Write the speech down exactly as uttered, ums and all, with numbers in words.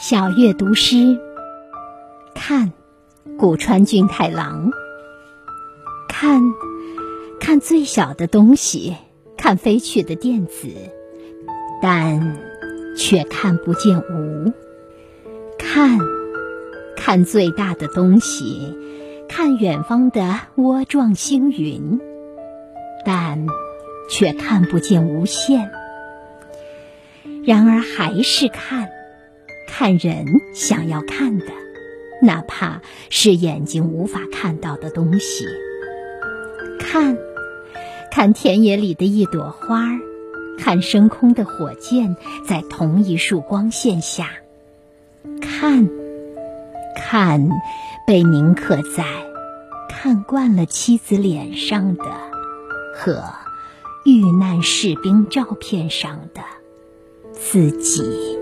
小阅读诗，看古川俊太郎。看看最小的东西，看飞去的电子，但却看不见无。看看最大的东西，看远方的涡状星云，但却看不见无限。然而还是看，看人想要看的，哪怕是眼睛无法看到的东西。看看田野里的一朵花，看升空的火箭在同一束光线下。看看被铭刻在看惯了妻子脸上的和遇难士兵照片上的自己。